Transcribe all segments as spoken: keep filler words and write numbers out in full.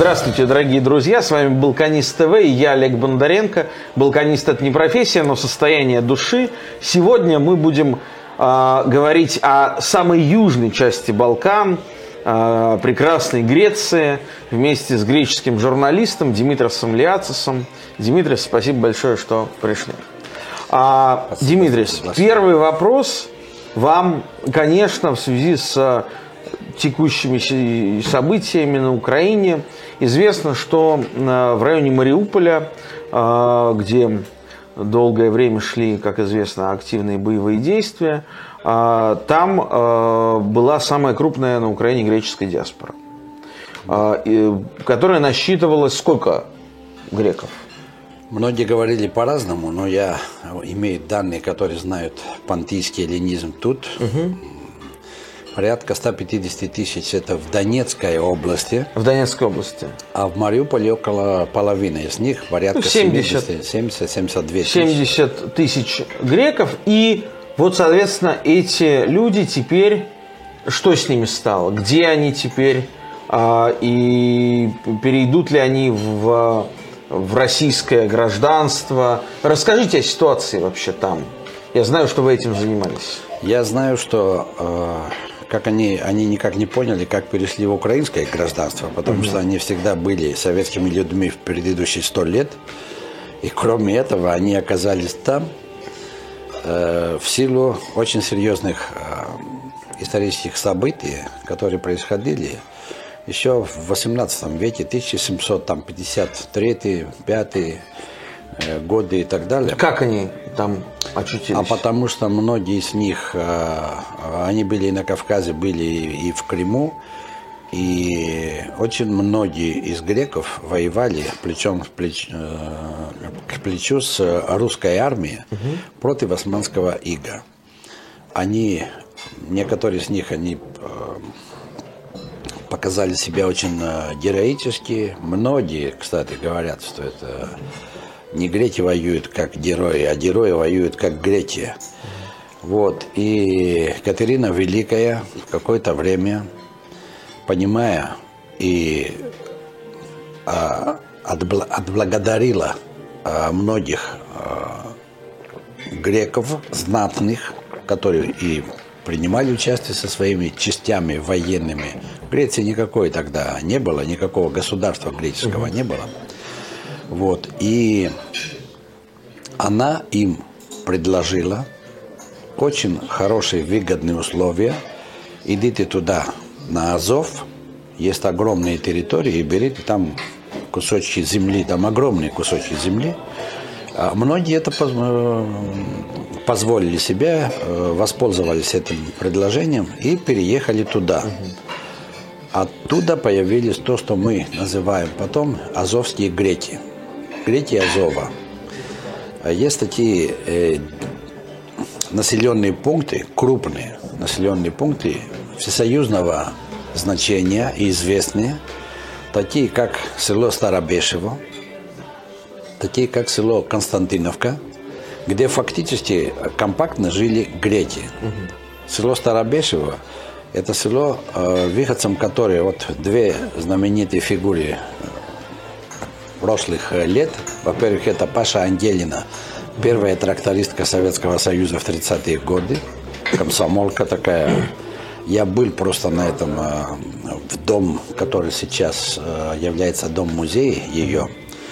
Здравствуйте, дорогие друзья, с вами Балканист ТВ и я, Олег Бондаренко. Балканист – это не профессия, но состояние души. Сегодня мы будем э, говорить о самой южной части Балкан, э, прекрасной Греции, вместе с греческим журналистом Димитросом Лиацисом. Димитрос, спасибо большое, что пришли. А, Димитрос, первый вопрос вам, конечно, в связи с текущими событиями на Украине. Известно, что в районе Мариуполя, где долгое время шли, как известно, активные боевые действия, там была самая крупная на Украине греческая диаспора, которая насчитывалась сколько греков? Многие говорили по-разному, но я имею данные, которые знают понтийский эллинизм тут. Угу. Порядка ста пятидесяти тысяч это в Донецкой области. В Донецкой области. А в Мариуполе около половины из них, порядка ну, семьдесят, семьдесят семьдесят две тысячи. семьдесят тысяч греков. И вот, соответственно, эти люди теперь, что с ними стало? Где они теперь? А, и перейдут ли они в, в российское гражданство? Расскажите о ситуации вообще там. Я знаю, что вы этим занимались. Я знаю, что... Э... как они, они никак не поняли, как перешли в украинское гражданство, потому mm-hmm. что они всегда были советскими людьми в предыдущие сто лет. И кроме этого, они оказались там э, в силу очень серьезных э, исторических событий, которые происходили еще в восемнадцатом веке, тысяча семьсот пятьдесят третий — пятый э, годы и так далее. Как они там очутились? А потому что многие из них, они были и на Кавказе, были и в Крыму, и очень многие из греков воевали плечом к плечу, к плечу с русской армией угу. против османского ига. Они, некоторые из них, они показали себя очень героически. Многие, кстати, говорят, что это... не греки воюют как герои, а герои воюют как греки. Вот. И Катерина Великая в какое-то время, понимая и а, отбла- отблагодарила а, многих а, греков, знатных, которые и принимали участие со своими частями военными. В Греции никакой тогда не было, никакого государства греческого не было. Вот, и она им предложила очень хорошие, выгодные условия. Идите туда, на Азов, есть огромные территории, и берите там кусочки земли, там огромные кусочки земли. А многие это позволили себе, воспользовались этим предложением и переехали туда. Оттуда появились то, что мы называем потом азовские греки. Греки Азова. Есть такие э, населенные пункты, крупные населенные пункты всесоюзного значения и известные, такие как село Старобешево, такие как село Константиновка, где фактически компактно жили греки. Угу. Село Старобешево – это село, э, выходцем которой вот две знаменитые фигуры прошлых лет. Во-первых, это Паша Ангелина, первая трактористка Советского Союза в тридцатые годы, комсомолка такая. Я был просто на этом, в дом, который сейчас является дом-музей ее.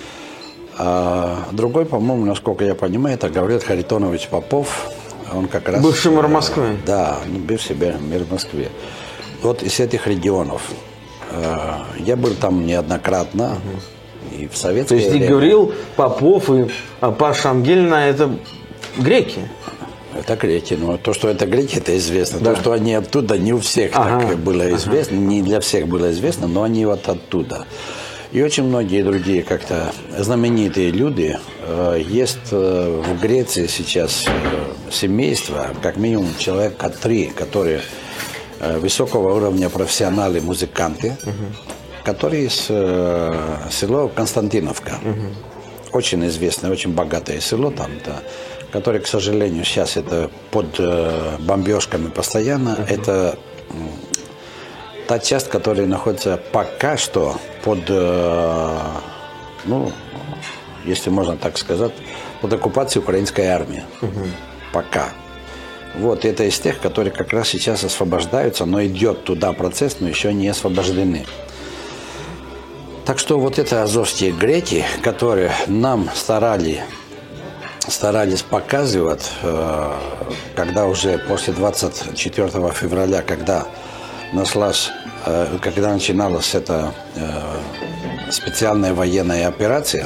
А другой, по-моему, насколько я понимаю, это Гаврил Харитонович Попов. Он как раз... Бывший мэр Москвы. Да, бывший мэр Москвы. Вот из этих регионов. Я был там неоднократно. Угу. И в советское То есть время... Гаврил Попов и Паша Ангелина – это греки? Это греки. Но то, что это греки, это известно. Да. То, что они оттуда, не у всех ага. так было известно. Ага. Не для всех было известно, но они вот оттуда. И очень многие другие как-то знаменитые люди. Есть в Греции сейчас семейство, как минимум человека три, которые высокого уровня профессионалы, музыканты, угу. которые из э, села Константиновка. Угу. Очень известное, очень богатое село там, да, которое, к сожалению, сейчас это под э, бомбежками постоянно. Угу. Это э, та часть, которая находится пока что под, э, ну, если можно так сказать, под оккупацией украинской армии. Угу. Пока. Вот это из тех, которые как раз сейчас освобождаются, но идет туда процесс, но еще не освобождены. Так что вот это азовские греки, которые нам старали, старались показывать, когда уже после двадцать четвёртого февраля, когда нашлась, когда начиналась эта специальная военная операция,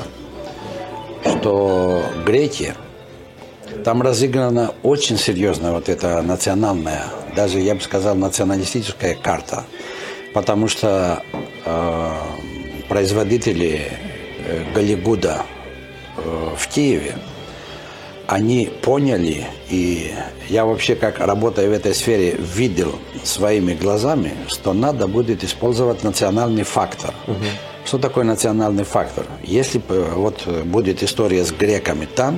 что греки, там разыграна очень серьезная вот эта национальная, даже я бы сказал, националистическая карта, потому что э, производители э, Голливуда э, в Киеве, они поняли, и я вообще, как работая в этой сфере, видел своими глазами, что надо будет использовать национальный фактор. Угу. Что такое национальный фактор? Если вот будет история с греками там,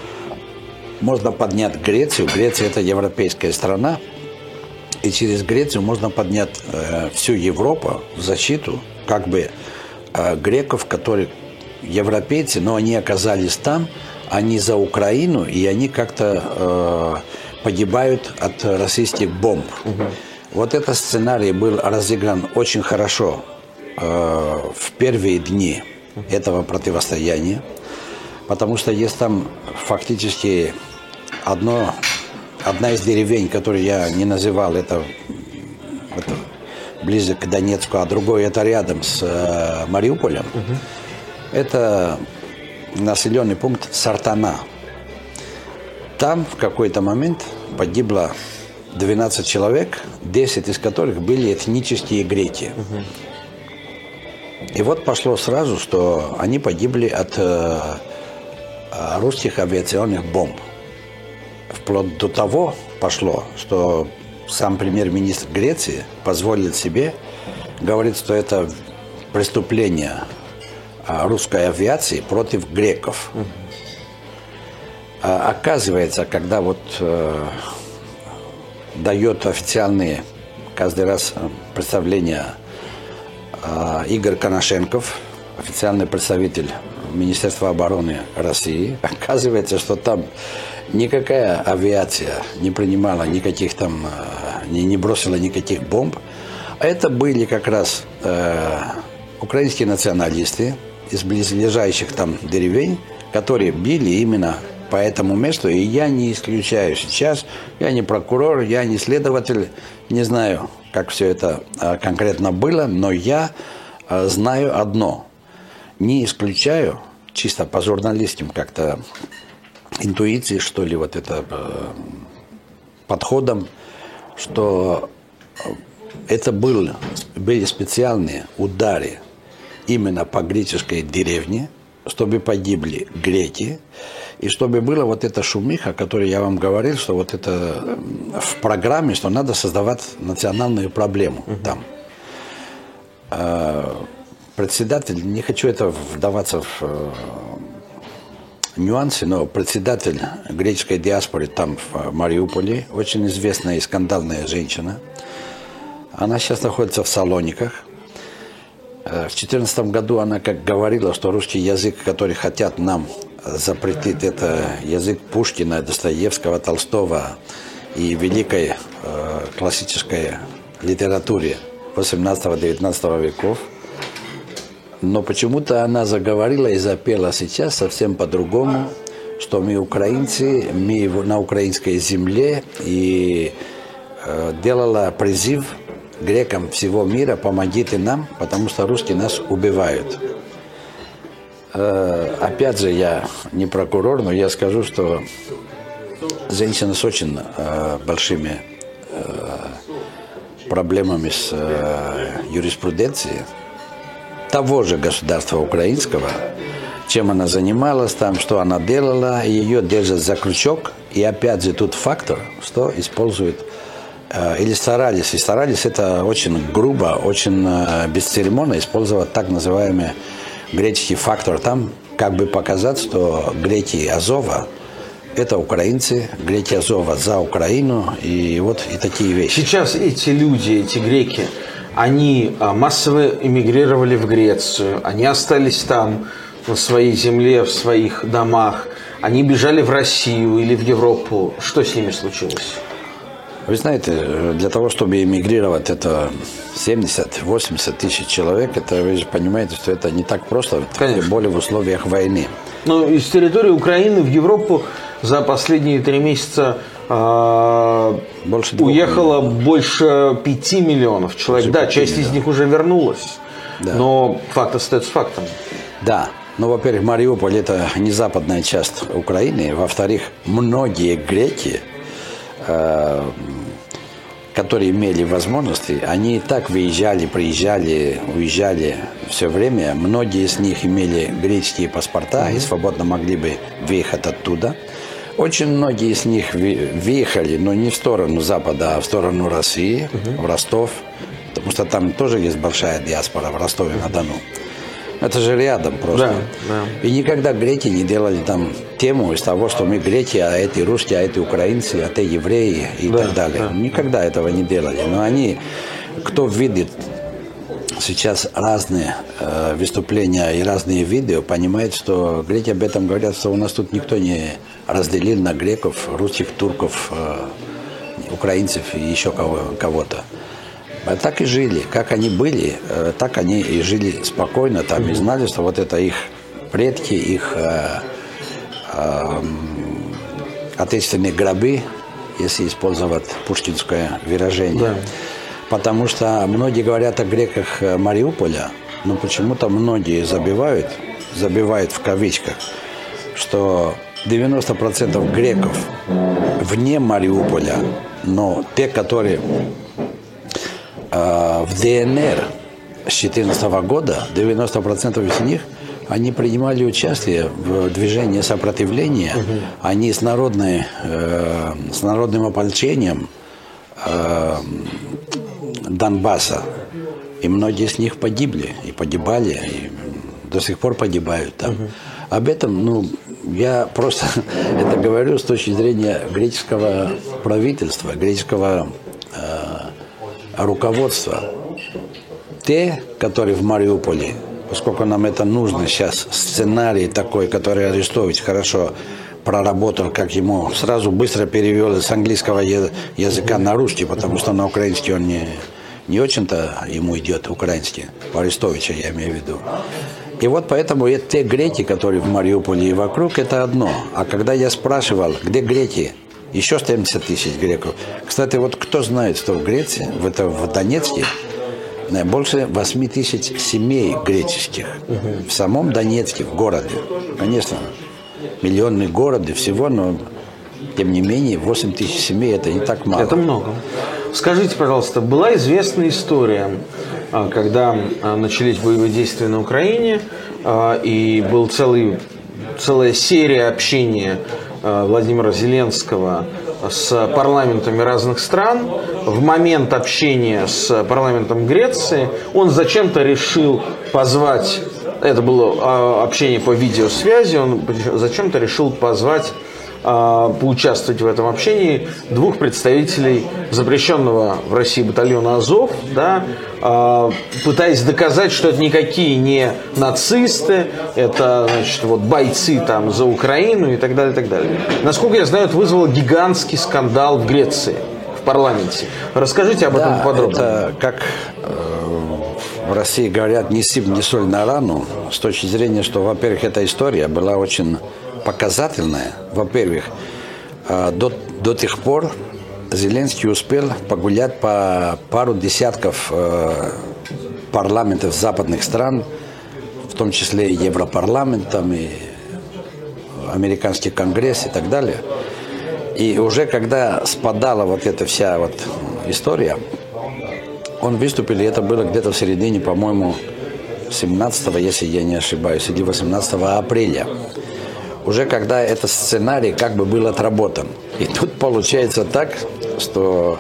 можно поднять Грецию. Греция – это европейская страна. И через Грецию можно поднять э, всю Европу в защиту как бы э, греков, которые европейцы, но они оказались там, они за Украину, и они как-то э, погибают от российских бомб. Угу. Вот этот сценарий был разыгран очень хорошо э, в первые дни этого противостояния, потому что есть там фактически одно, одна из деревень, которую я не называл, это, это ближе к Донецку, а другой это рядом с э, Мариуполем. Угу. Это населенный пункт Сартана. Там в какой-то момент погибло двенадцать человек, десять из которых были этнические греки. Угу. И вот пошло сразу, что они погибли от э, русских авиационных бомб. Вплоть до того пошло, что сам премьер-министр Греции позволил себе говорить, что это преступление русской авиации против греков. Mm-hmm. А, оказывается, когда вот э, дает официальные каждый раз представления э, Игорь Коношенков, официальный представитель Министерства обороны России, оказывается, что там никакая авиация не принимала никаких там, не, не бросила никаких бомб. А это были как раз э, украинские националисты из близлежащих там деревень, которые били именно по этому месту. И я не исключаю сейчас, я не прокурор, я не следователь, не знаю, как все это э, конкретно было, но я э, знаю одно. Не исключаю, чисто по журналистским как-то интуиции, что ли, вот это э, подходом, что это был, были специальные удары именно по греческой деревне, чтобы погибли греки, и чтобы была вот эта шумиха, о которой я вам говорил, что вот это в программе, что надо создавать национальную проблему uh-huh. там. Э, председатель, не хочу это вдаваться в э, нюансы, но председатель греческой диаспоры там в Мариуполе, очень известная и скандальная женщина, она сейчас находится в Салониках. В две тысячи четырнадцатом году она как говорила, что русский язык, который хотят нам запретить, это язык Пушкина, Достоевского, Толстого и великой э, классической литературе восемнадцатого-девятнадцатого веков. Но почему-то она заговорила и запела сейчас совсем по-другому, что мы украинцы, мы на украинской земле, и э, делала призыв грекам всего мира: помогите нам, потому что русские нас убивают. Э, опять же, я не прокурор, но я скажу, что женщина с очень э, большими э, проблемами с э, юриспруденцией того же государства украинского, чем она занималась там, что она делала, ее держат за крючок. И опять же тут фактор, что используют или старались, и старались это очень грубо, очень бесцеремонно использовать так называемый греческий фактор. Там как бы показать, что греки Азова – это украинцы, греки Азова за Украину, и вот и такие вещи. Сейчас эти люди, эти греки, они массово эмигрировали в Грецию, они остались там, на своей земле, в своих домах, они бежали в Россию или в Европу. Что с ними случилось? Вы знаете, для того, чтобы эмигрировать, это семьдесят-восемьдесят тысяч человек, это вы же понимаете, что это не так просто, тем более в условиях войны. Ну, из территории Украины в Европу за последние три месяца э, больше уехало миллионов. Больше пяти миллионов человек. Больше да, часть миллионов. Из них уже вернулась, да. Но факт остается фактом. Да. Ну, во-первых, Мариуполь – это не западная часть Украины. Во-вторых, многие греки, э, которые имели возможности, они и так выезжали, приезжали, уезжали все время. Многие из них имели греческие паспорта и свободно могли бы выехать оттуда. Очень многие из них выехали, но не в сторону Запада, а в сторону России, в Ростов. Потому что там тоже есть большая диаспора в Ростове-на-Дону. Это же рядом просто. Да, да. И никогда греки не делали там тему из того, что мы греки, а эти русские, а эти украинцы, а те евреи и да, так далее. Да. Никогда этого не делали. Но они, кто видит сейчас разные э, выступления и разные видео, понимает, что греки об этом говорят, что у нас тут никто не разделил на греков, русских, турков, э, украинцев и еще кого- кого-то. А так и жили. Как они были, так они и жили спокойно там и знали, что вот это их предки, их э, э, отечественные гробы, если использовать пушкинское выражение. Да. Потому что многие говорят о греках Мариуполя, но почему-то многие забивают, забивают в кавычках, что девяносто процентов греков вне Мариуполя, но те, которые в ДНР с четырнадцатого года, девяносто процентов из них, они принимали участие в движении сопротивления, угу. Они с, народной, э, с народным ополчением э, Донбасса, и многие из них погибли, и погибали, и до сих пор погибают там. Угу. Об этом, ну, я просто это говорю с точки зрения греческого правительства, греческого э, руководство. Те, которые в Мариуполе, поскольку нам это нужно сейчас, сценарий такой, который Арестович хорошо проработал, как ему сразу быстро перевел с английского языка на русский, потому что на украинский он не, не очень-то ему идет, украинский, по Арестовичу я имею в виду. И вот поэтому и те греки, которые в Мариуполе и вокруг, это одно. А когда я спрашивал, где греки, еще семьдесят тысяч греков. Кстати, вот кто знает, что в Греции, в, это, в Донецке, больше восемь тысяч семей греческих. Угу. В самом Донецке, в городе. Конечно, миллионный город и всего, но тем не менее восемь тысяч семей – это не так мало. Это много. Скажите, пожалуйста, была известная история, когда начались боевые действия на Украине, и был целый, целая серия общения Владимира Зеленского с парламентами разных стран. В момент общения с парламентом Греции он зачем-то решил позвать, это было общение по видеосвязи, он зачем-то решил позвать, поучаствовать в этом общении двух представителей запрещенного в России батальона Азов, да, пытаясь доказать, что это никакие не нацисты, это, значит, вот бойцы там за Украину и так далее, и так далее. Насколько я знаю, это вызвало гигантский скандал в Греции, в парламенте. Расскажите об этом да, подробно. Это как э, в России говорят, не сыпь, не соль на рану, с точки зрения, что, во-первых, эта история была очень показательная. Во-первых, э, до, до тех пор Зеленский успел погулять по пару десятков э, парламентов западных стран, в том числе и Европарламент, там, и Американский конгресс и так далее. И уже когда спадала вот эта вся вот история, он выступил, и это было где-то в середине, по-моему, семнадцатого, если я не ошибаюсь, или восемнадцатого апреля. Уже когда этот сценарий как бы был отработан. И тут получается так, что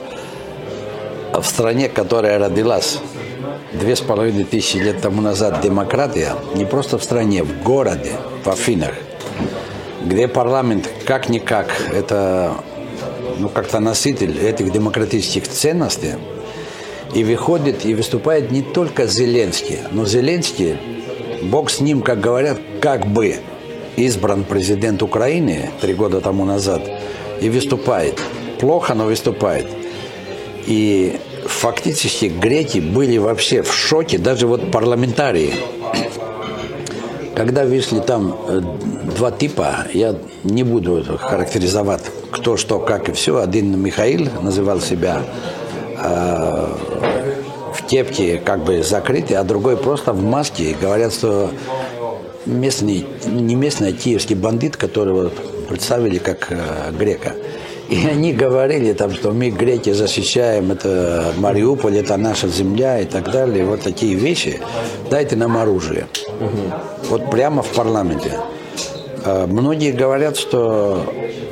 в стране, которая родилась две с половиной тысячи лет тому назад, демократия, не просто в стране, в городе, в Афинах, где парламент как-никак, это ну, как-то носитель этих демократических ценностей, И выходит и выступает не только Зеленский, но Зеленский, бог с ним, как говорят, как бы избран президент Украины три года тому назад и выступает. Плохо, но выступает. И фактически греки были вообще в шоке, даже вот парламентарии. Когда вышли там два типа, я не буду характеризовать кто, что, как и все. Один Михаил называл себя э, в кепке как бы закрытый, а другой просто в маске. И говорят, что местный, не местный, а киевский бандит, которого представили как э, грека. И они говорили там, что мы, греки, защищаем это Мариуполь, это наша земля и так далее. Вот такие вещи. Дайте нам оружие. Угу. Вот прямо в парламенте. Э, многие говорят, что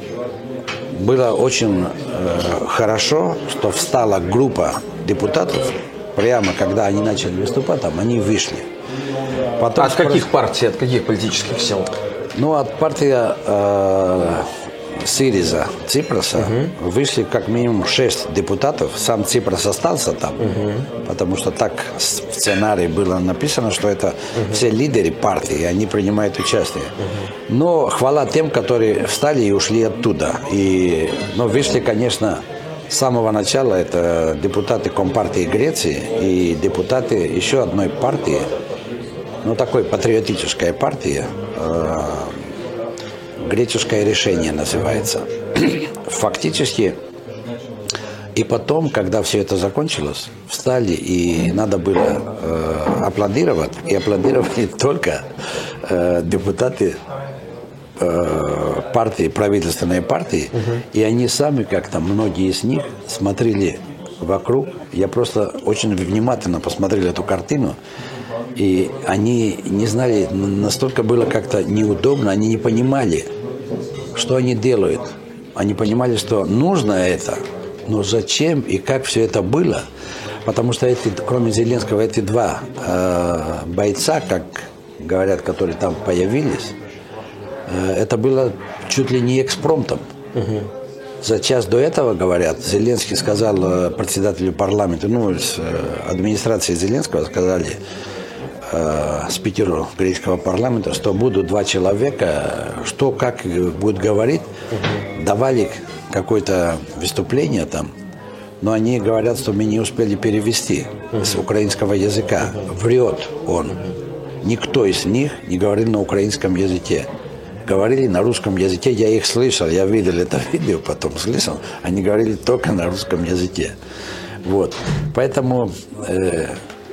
было очень э, хорошо, что встала группа депутатов, прямо когда они начали выступать, там они вышли. Потом от спрос... каких партий, от каких политических сил? Ну, от партии э, Сириза, Ципроса, угу. вышли как минимум шесть депутатов. Сам Ципрос остался там, угу. потому что так в сценарии было написано, что это угу. все лидеры партии, и они принимают участие. Угу. Но хвала тем, которые встали и ушли оттуда. И, ну, вышли, конечно, с самого начала это депутаты Компартии Греции и депутаты еще одной партии, ну, такой патриотической партии, э, «Греческое решение» называется. Фактически, и потом, когда все это закончилось, встали, и надо было э, аплодировать, и аплодировали только э, депутаты э, партии, правительственной партии, угу. и они сами как-то, многие из них, смотрели вокруг. Я просто очень внимательно посмотрел эту картину, и они не знали, настолько было как-то неудобно, они не понимали, что они делают. Они понимали, что нужно это, но зачем и как все это было. Потому что эти, кроме Зеленского, эти два э, бойца, как говорят, которые там появились, э, это было чуть ли не экспромтом. Угу. За час до этого, говорят, Зеленский сказал э, председателю парламента, ну, с э, администрации Зеленского сказали, спикеру греческого парламента, что будут два человека, что как будут говорить, угу. давали какое-то выступление там, но они говорят, что мы не успели перевести угу. с украинского языка. Угу. Врет он. Угу. Никто из них не говорил на украинском языке. Говорили на русском языке, я их слышал, я видел это видео, потом слышал, они говорили только на русском языке. Вот. Поэтому э,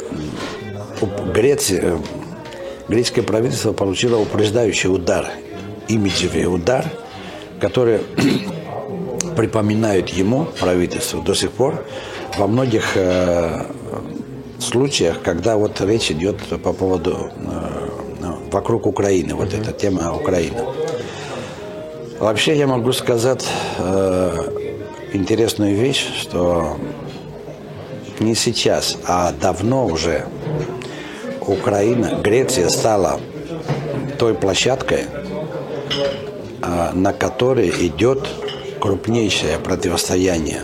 Греция, греческое правительство получило упреждающий удар, имиджевый удар, который припоминают ему, правительству, до сих пор во многих э, случаях, когда вот речь идет по поводу э, вокруг Украины, вот mm-hmm. эта тема Украины. Вообще я могу сказать э, интересную вещь, что не сейчас, а давно уже Украина, Греция стала той площадкой, на которой идет крупнейшее противостояние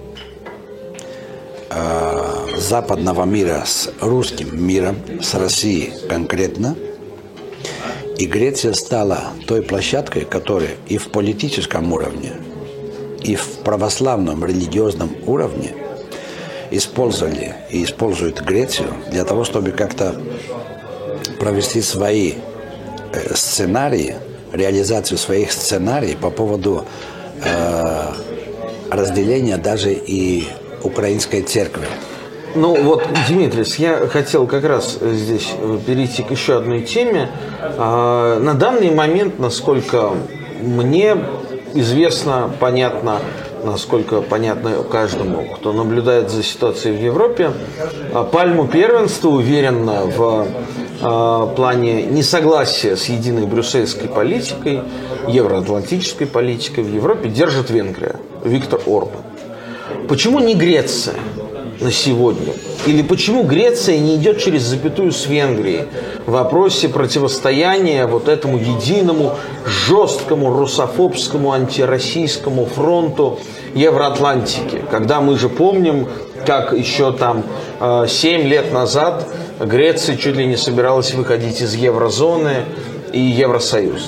западного мира с русским миром, с Россией конкретно. И Греция стала той площадкой, которая и в политическом уровне, и в православном религиозном уровне использовали и используют Грецию для того, чтобы как-то провести свои сценарии, реализацию своих сценариев по поводу э, разделения даже и украинской церкви. Ну вот, Димитрис, я хотел как раз здесь перейти к еще одной теме. А, на данный момент, насколько мне известно, понятно, насколько понятно каждому, кто наблюдает за ситуацией в Европе, пальму первенства уверенно в э, плане несогласия с единой брюссельской политикой, евроатлантической политикой в Европе держит Венгрия, Виктор Орбан. Почему не Греция на сегодня? Или почему Греция не идет через запятую с Венгрией в вопросе противостояния вот этому единому, жесткому, русофобскому, антироссийскому фронту Евроатлантики? Когда мы же помним как еще там семь лет назад Греция чуть ли не собиралась выходить из еврозоны и Евросоюза.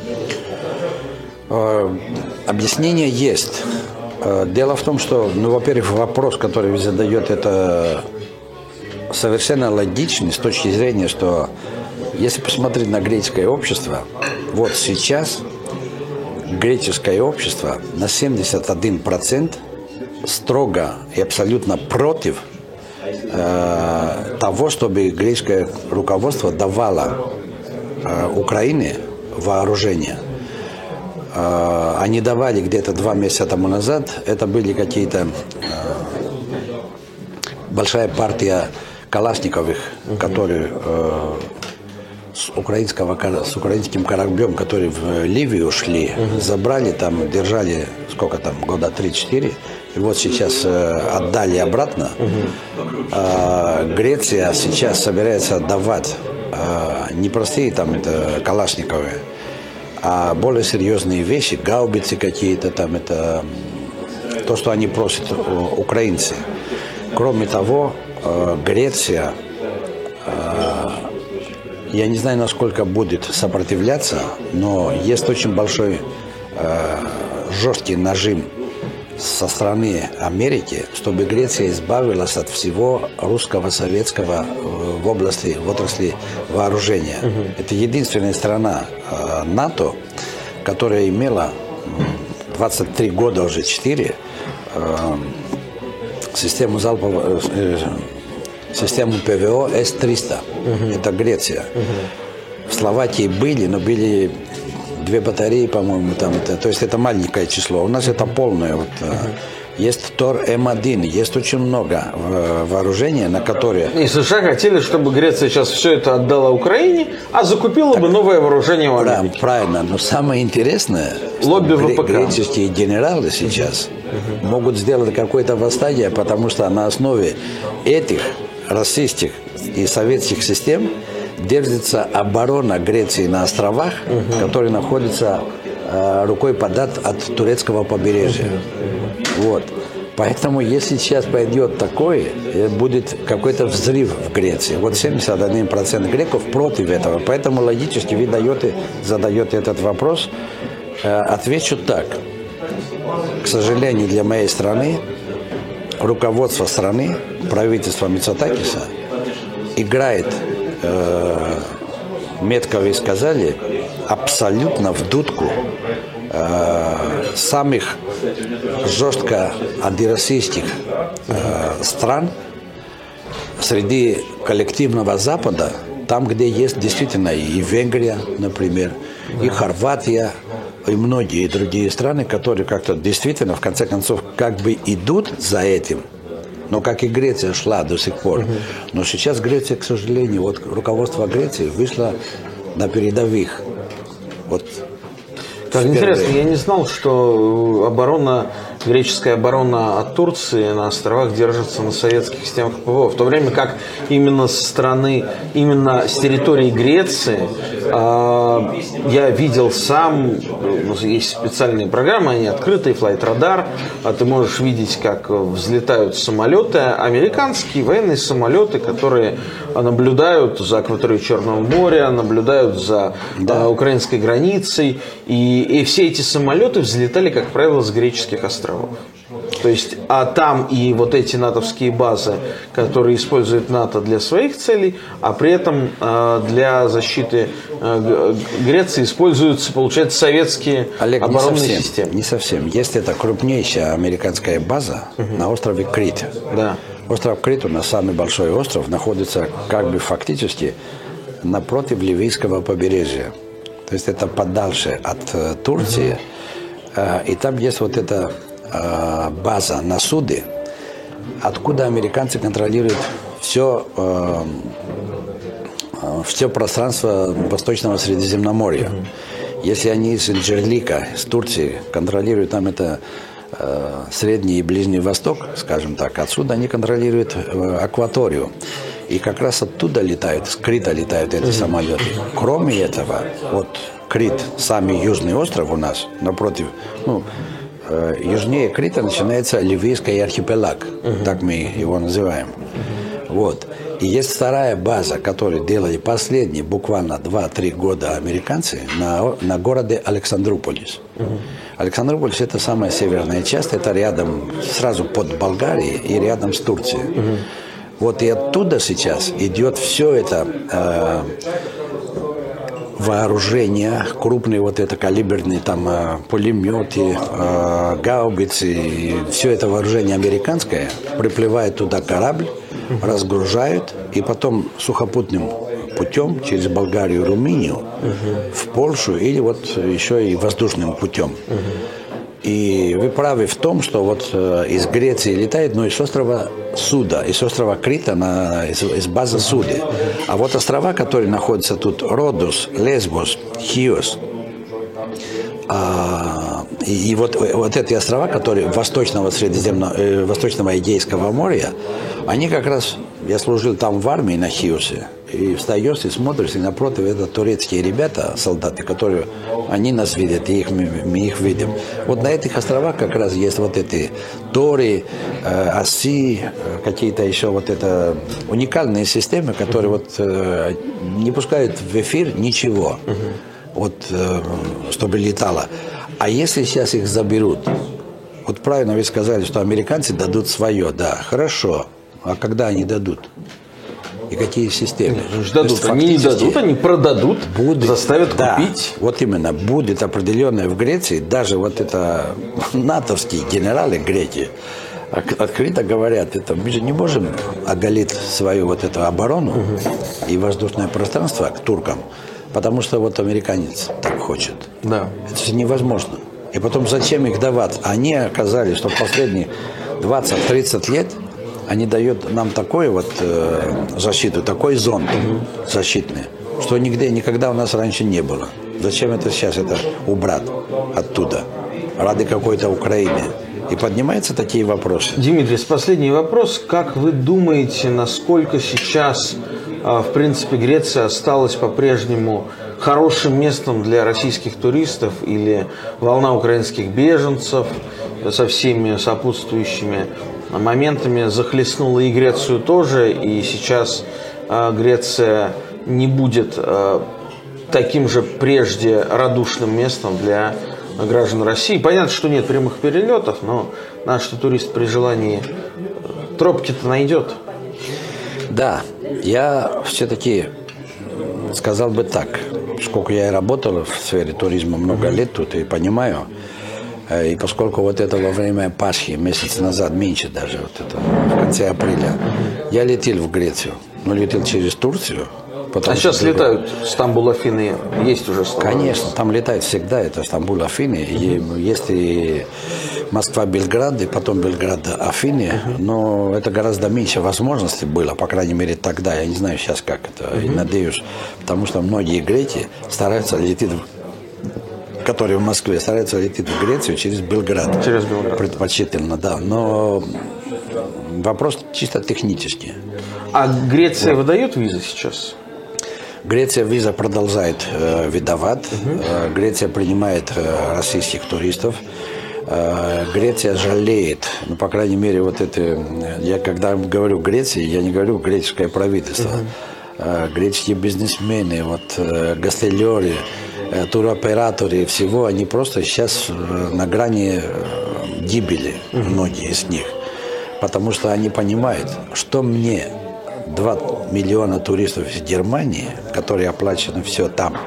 Объяснение есть. Дело в том, что, ну, во-первых, вопрос, который вы задаете, это совершенно логичный с точки зрения, что если посмотреть на греческое общество, вот сейчас греческое общество на семьдесят один процент строго и абсолютно против э, того, чтобы греческое руководство давало э, Украине вооружение. Э, они давали где-то два месяца тому назад, это были какие-то э, большая партия Калашниковых, uh-huh. которые э, с, украинского, с украинским кораблем, которые в Ливию ушли, uh-huh. забрали там, держали сколько там, года три-четыре, и вот сейчас э, отдали обратно. Uh-huh. Э, Греция сейчас собирается отдавать э, не простые там это Калашниковы, а более серьезные вещи, гаубицы какие-то там, это то, что они просят украинцы. Кроме того, Греция, я не знаю, насколько будет сопротивляться, но есть очень большой жесткий нажим со стороны Америки, чтобы Греция избавилась от всего русского, советского в области, в отрасли вооружения. Угу. Это единственная страна НАТО, которая имела двадцать три года, уже четыре, систему залпового, э, систему ПВО С триста. Uh-huh. Это Греция. Uh-huh. В Словакии были, но были две батареи, по-моему, там. Это, то есть это маленькое число. У нас это полное. Вот, uh-huh. Есть Тор М один, есть очень много вооружения, на которые... И США хотели, чтобы Греция сейчас все это отдала Украине, а закупила так, бы новое вооружение в Америке. Правильно, но самое интересное, лобби ВПК. Греческие генералы сейчас uh-huh. могут сделать какое-то восстание, потому что на основе этих российских и советских систем держится оборона Греции на островах, uh-huh. которые находятся э, рукой подать от турецкого побережья. Uh-huh. Вот. Поэтому, если сейчас пойдет такое, будет какой-то взрыв в Греции. Вот семьдесят один процент греков против этого. Поэтому логически вы даете, задаете этот вопрос. Э, отвечу так. К сожалению, для моей страны, руководство страны, правительство Мицотакиса играет, э, метко вы сказали, абсолютно в дудку э, самых жестко антироссийских э, стран среди коллективного Запада, там, где есть действительно и Венгрия, например, и Хорватия, и многие другие страны, которые как-то действительно, в конце концов, как бы идут за этим, но как и Греция шла до сих пор. Uh-huh. Но сейчас Греция, к сожалению, вот руководство Греции вышло на передовых. Вот. Так интересно, я не знал, что оборона, греческая оборона от Турции на островах держится на советских системах ПВО, в то время как именно со стороны, именно с территории Греции э, я видел сам, есть специальные программы, они открытые, Flight Radar, а ты можешь видеть, как взлетают самолеты, американские военные самолеты, которые наблюдают за акваторией Черного моря, наблюдают за да. э, украинской границей, и И все эти самолеты взлетали, как правило, с греческих островов. То есть, а там и вот эти натовские базы, которые использует НАТО для своих целей, а при этом э, для защиты э, Греции используются, получается, советские Олег, оборонные не совсем, системы. Не совсем. Есть это крупнейшая американская база угу. на острове Крит. Да. Остров Крит, у нас самый большой остров, находится как бы фактически напротив ливийского побережья. То есть это подальше от э, Турции. Uh-huh. Э, и там есть вот эта э, база на суде, откуда американцы контролируют все, э, э, все пространство Восточного Средиземноморья. Uh-huh. Если они из Инджерлика, из Турции, контролируют там это э, Средний и Ближний Восток, скажем так, отсюда они контролируют э, акваторию. И как раз оттуда летают, с Крита летают эти mm-hmm. самолеты. Кроме этого, вот Крит, самый южный остров у нас, напротив, ну, э, южнее Крита начинается Ливийский архипелаг, uh-huh. так мы его называем. Uh-huh. Вот. И есть вторая база, которую делали последние буквально два-три года американцы на, на городе Александрополис. Uh-huh. Александрополис – это самая северная часть, это рядом, сразу под Болгарией и рядом с Турцией. Uh-huh. Вот и оттуда сейчас идет все это э, вооружение, крупные вот это калиберные там э, пулеметы, э, гаубицы, и все это вооружение американское, приплывает туда корабль, разгружают, и потом сухопутным путем через Болгарию и Румынию uh-huh. в Польшу или вот еще и воздушным путем. Uh-huh. И вы правы в том, что вот э, из Греции летает, но из острова Суда, из острова Крита, на, из, из базы Суды. А вот острова, которые находятся тут, Родос, Лесбос, Хиос, а, и, и вот, вот эти острова, которые восточного Средиземного, э, восточного Эгейского моря, они как раз, я служил там в армии на Хиосе, и встаешь и смотришь, и напротив это турецкие ребята, солдаты, которые, они нас видят, и их, мы, мы их видим. Вот на этих островах как раз есть вот эти торы, э, оси, э, какие-то еще вот это уникальные системы, которые вот э, не пускают в эфир ничего, вот, э, чтобы летало. А если сейчас их заберут, вот правильно вы сказали, что американцы дадут свое, да, хорошо, а когда они дадут? И какие системы? Дадут. Они не дадут, они продадут, будет, заставят да, купить. Вот именно, будет определенное в Греции, даже вот это натовские генералы Греки открыто говорят, это мы же не можем оголить свою вот эту оборону угу. и воздушное пространство к туркам, потому что вот американец так хочет. Да. Это же невозможно. И потом зачем их давать? Они оказались, что в последние двадцать-тридцать лет они дают нам такую вот э, защиту, такой зонд mm-hmm. защитный, что нигде, никогда у нас раньше не было. Зачем это сейчас это убрать оттуда? Ради какой-то Украины. И поднимаются такие вопросы. Дмитрий, последний вопрос. Как вы думаете, насколько сейчас, в принципе, Греция осталась по-прежнему хорошим местом для российских туристов, или волна украинских беженцев со всеми сопутствующими моментами захлестнула и Грецию тоже, и сейчас э, Греция не будет э, таким же прежде радушным местом для граждан России? Понятно, что нет прямых перелетов, но наш турист при желании тропки-то найдет. Да, я все-таки сказал бы так, сколько я и работал в сфере туризма много лет тут и понимаю. И поскольку вот это во время Пасхи, месяц назад, меньше даже, вот это, в конце апреля, я летел в Грецию, но летел через Турцию. А сейчас что летают Стамбул, Афины, есть уже Стамбул? Конечно, там летают всегда, это Стамбул, Афины, и есть и Москва, Белград, и потом Белград, Афины, uh-huh. но это гораздо меньше возможностей было, по крайней мере тогда, я не знаю сейчас как это, uh-huh. и надеюсь, потому что многие греки стараются лететь которые в Москве, стараются лететь в Грецию через Белград. Через Белград. Предпочтительно, да. Но вопрос чисто технический. А Греция вот. выдает визы сейчас? Греция виза продолжает э, выдавать. Угу. Э, Греция принимает э, российских туристов. Э, Греция жалеет, ну, по крайней мере, вот это, я когда говорю Греция, я не говорю греческое правительство. Угу. Э, греческие бизнесмены, вот, э, гастельеры, туроператоры, всего, они просто сейчас на грани гибели, uh-huh. многие из них. Потому что они понимают, что мне два миллиона туристов из Германии, которые оплачены все там,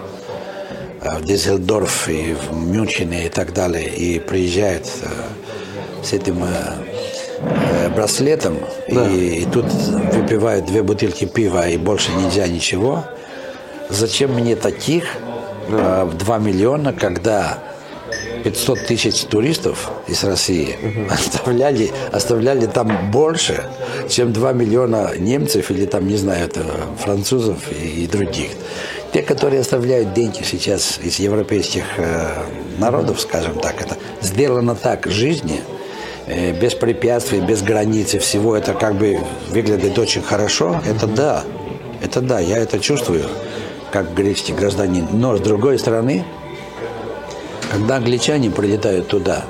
в Дюссельдорф и в Мюнхене и так далее, и приезжают с этим браслетом, да. и, и тут выпивают две бутылки пива и больше нельзя ничего. Зачем мне таких в два миллиона, когда пятьсот тысяч туристов из России uh-huh. оставляли, оставляли там больше, чем два миллиона немцев или там, не знаю, это, французов и, и других. Те, которые оставляют деньги сейчас из европейских э, народов, скажем так, это сделано так в жизни, э, без препятствий, без границ и всего, это как бы выглядит очень хорошо, это да, это да, я это чувствую как греческий гражданин. Но с другой стороны, когда англичане прилетают туда,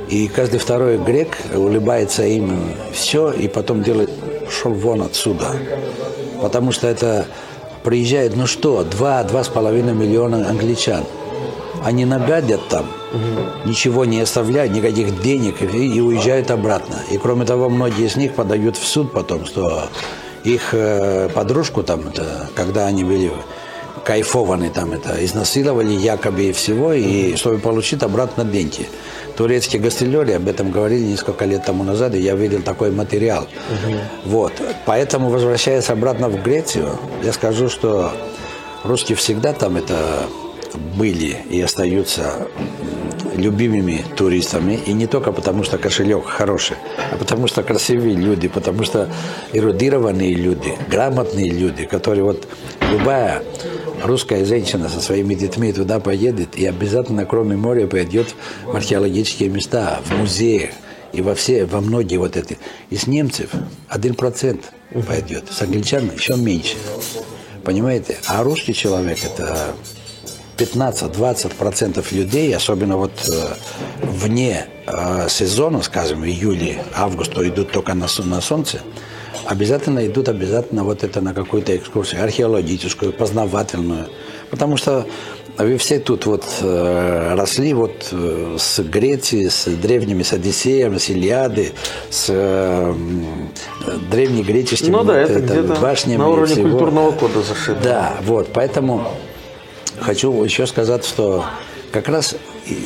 И каждый второй грек улыбается им все, и потом делает «шел вон отсюда». Потому что это приезжает, ну что, два-два с половиной миллиона англичан. Они нагадят там, угу. ничего не оставляют, никаких денег, и, и уезжают обратно. И кроме того, многие из них подают в суд потом, что их э, подружку там, это, когда они были кайфованы, там это, изнасиловали якобы и всего, и чтобы получить обратно деньги. Турецкие гастролеры об этом говорили несколько лет тому назад, и я видел такой материал. Угу. Вот. Поэтому, возвращаясь обратно в Грецию, я скажу, что русские всегда там это были и остаются любимыми туристами, и не только потому, что кошелек хороший, а потому что красивые люди, потому что эрудированные люди, грамотные люди, которые вот любая русская женщина со своими детьми туда поедет и обязательно, кроме моря, пойдет в археологические места, в музеи и во все, во многие вот эти. Из немцев один процент пойдет, с англичан еще меньше. Понимаете? А русский человек это пятнадцать-двадцать процентов людей, особенно вот э, вне э, сезона, скажем, в июле, августе идут только на, на солнце, обязательно идут обязательно вот это на какую-то экскурсию, археологическую, познавательную. Потому что вы все тут вот э, росли вот э, с Греции, с древними, с Одиссеем, с Илиады, с э, древнегреческими ну, да, вот, это это, башнями. На уровне всего. Культурного кода зашито. Да, вот, поэтому хочу еще сказать, что как раз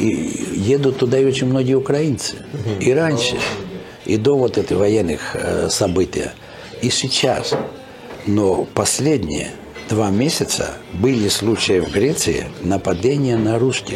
едут туда и очень многие украинцы. Угу. И раньше, и до вот этих военных э, событий, и сейчас. Но последние два месяца были случаи в Греции нападения на русских.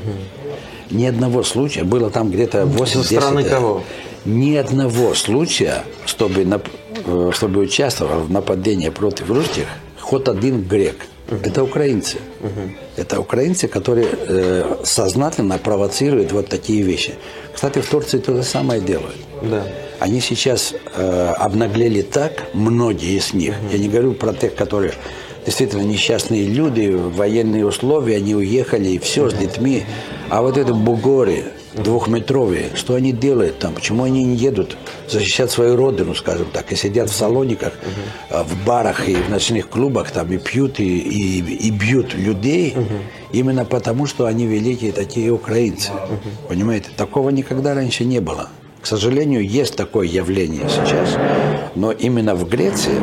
Угу. Ни одного случая, было там где-то восемь-десять. Со стороны кого? Ни одного случая, чтобы, чтобы участвовал в нападении против русских, хоть один грек. Uh-huh. Это украинцы. Uh-huh. Это украинцы, которые э, сознательно провоцируют вот такие вещи. Кстати, в Турции то же самое делают. Да. Они сейчас э, обнаглели так, многие из них. Uh-huh. Я не говорю про тех, которые действительно несчастные люди, военные условия, они уехали, и все, uh-huh. с детьми. А вот это бугоры двухметровые, что они делают там? Почему они не едут защищать свою родину, скажем так, и сидят в салониках, uh-huh. в барах и в ночных клубах там и пьют, и, и, и бьют людей, uh-huh. именно потому, что они великие такие украинцы. Uh-huh. Понимаете? Такого никогда раньше не было. К сожалению, есть такое явление сейчас, но именно в Греции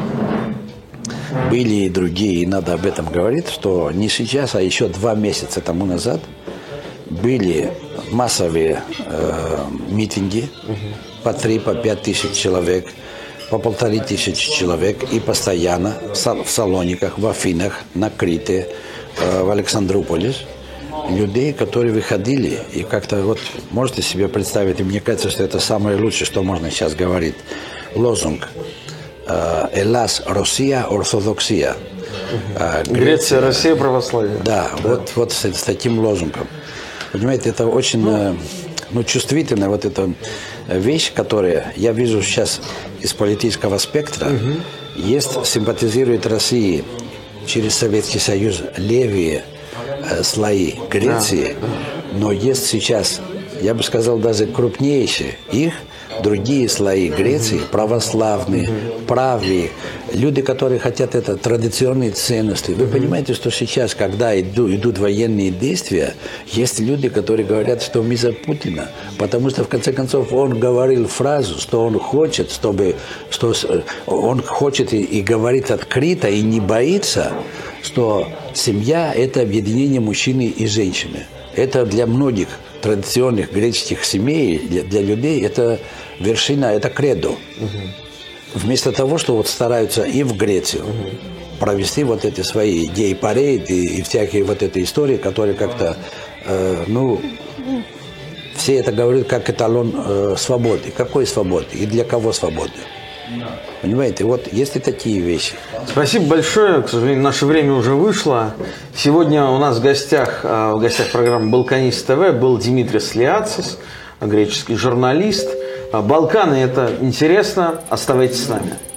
были и другие, и надо об этом говорить, что не сейчас, а еще два месяца тому назад были массовые э, митинги, угу. по три, по пять тысяч человек, по полторы тысячи человек, и постоянно в, Сал- в Салониках, в Афинах, на Крите, э, в Александрополе, людей, которые выходили, и как-то вот можете себе представить, и мне кажется, что это самое лучшее, что можно сейчас говорить, лозунг «Эллас, Россия, ортодоксия». Угу. Греция, Россия, православие. Да, да. Вот, вот с, с таким лозунгом. Понимаете, это очень ну, ну, чувствительная вот эта вещь, которая я вижу сейчас из политического спектра. Угу. Есть, симпатизирует России через Советский Союз левые э, слои Греции, да. но есть сейчас, я бы сказал, даже крупнейшие их, другие слои Греции, православные, mm-hmm. правые, люди, которые хотят это, традиционные ценности. Вы mm-hmm. понимаете, что сейчас, когда иду, идут военные действия, есть люди, которые говорят, что мы за Путина, потому что, в конце концов, он говорил фразу, что он хочет, чтобы, что он хочет и, и говорит открыто, и не боится, что семья – это объединение мужчины и женщины. Это для многих традиционных греческих семей, для, для людей, это вершина, это кредо. Угу. Вместо того, что вот стараются и в Грецию угу. провести вот эти свои гей-парейды и, и всякие вот эти истории, которые как-то, э, ну, все это говорят как эталон э, свободы. Какой свободы и для кого свободы? Понимаете, вот есть и такие вещи. Спасибо большое. К сожалению, наше время уже вышло. Сегодня у нас в гостях, в гостях программы «Балканист ТВ» был Димитрис Слиацис, греческий журналист. Балканы – это интересно. Оставайтесь с нами.